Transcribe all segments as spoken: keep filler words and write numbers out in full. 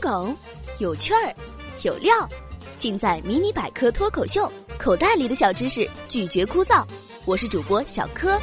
梗，有趣儿，有料，尽在迷你百科脱口秀，口袋里的小知识拒绝枯燥。我是主播小柯。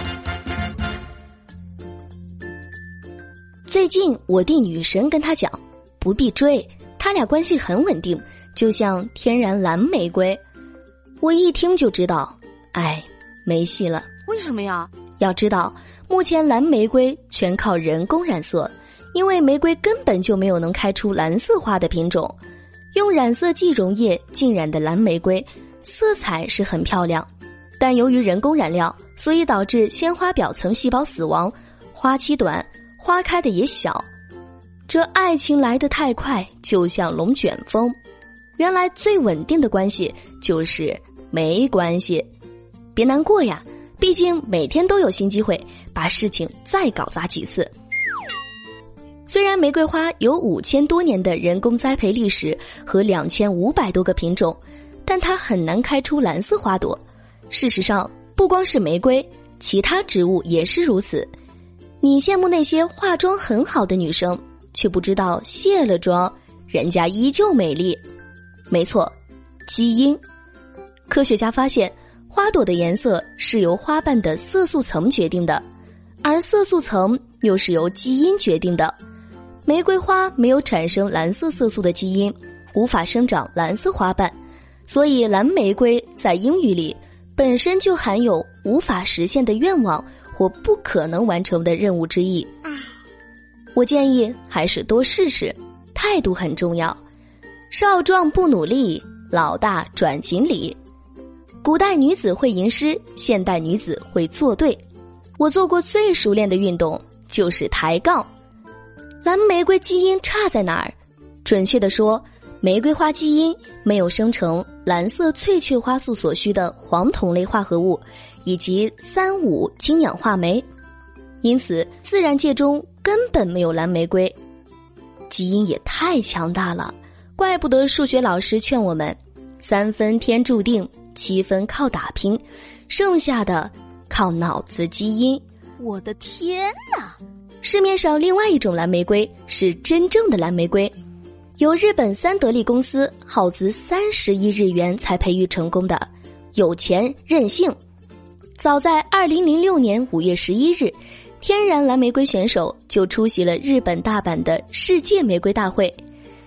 最近我弟女神跟他讲，不必追，他俩关系很稳定，就像天然蓝玫瑰。我一听就知道，哎，没戏了。 为什么呀？ 要知道，目前蓝玫瑰全靠人工染色，因为玫瑰根本就没有能开出蓝色花的品种。用染色剂溶液浸染的蓝玫瑰，色彩是很漂亮，但由于人工染料，所以导致鲜花表层细胞死亡，花期短，花开的也小。这爱情来得太快，就像龙卷风。原来最稳定的关系就是没关系。别难过呀，毕竟每天都有新机会把事情再搞砸几次。虽然玫瑰花有五千多年的人工栽培历史和两千五百多个品种，但它很难开出蓝色花朵。事实上，不光是玫瑰，其他植物也是如此。你羡慕那些化妆很好的女生，却不知道卸了妆，人家依旧美丽。没错，基因。科学家发现，花朵的颜色是由花瓣的色素层决定的，而色素层又是由基因决定的。玫瑰花没有产生蓝色色素的基因，无法生长蓝色花瓣，所以蓝玫瑰在英语里本身就含有无法实现的愿望或不可能完成的任务之意。我建议还是多试试，态度很重要。少壮不努力，老大转锦鲤。古代女子会吟诗，现代女子会作对。我做过最熟练的运动就是抬杠。蓝玫瑰基因差在哪儿？准确地说，玫瑰花基因没有生成蓝色翠雀花素所需的黄酮类化合物以及三五氢氧化酶，因此自然界中根本没有蓝玫瑰。基因也太强大了，怪不得数学老师劝我们三分天注定，七分靠打拼，剩下的靠脑子基因。 我的天哪！ 市面上另外一种蓝玫瑰是真正的蓝玫瑰，由日本三得利公司耗资三十亿日元才培育成功的，有钱任性。早在二零零六年五月十一日，天然蓝玫瑰选手就出席了日本大阪的世界玫瑰大会，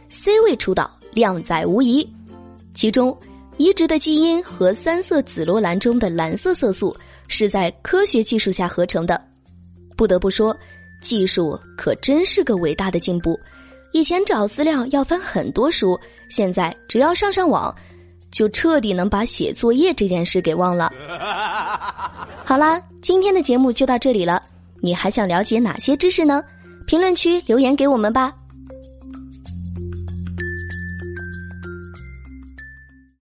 C 位出道，靓仔无疑。其中移植的基因和三色紫罗兰中的蓝色色素是在科学技术下合成的。不得不说，技术可真是个伟大的进步。以前找资料要翻很多书，现在只要上上网，就彻底能把写作业这件事给忘了。好啦，今天的节目就到这里了，你还想了解哪些知识呢？评论区留言给我们吧。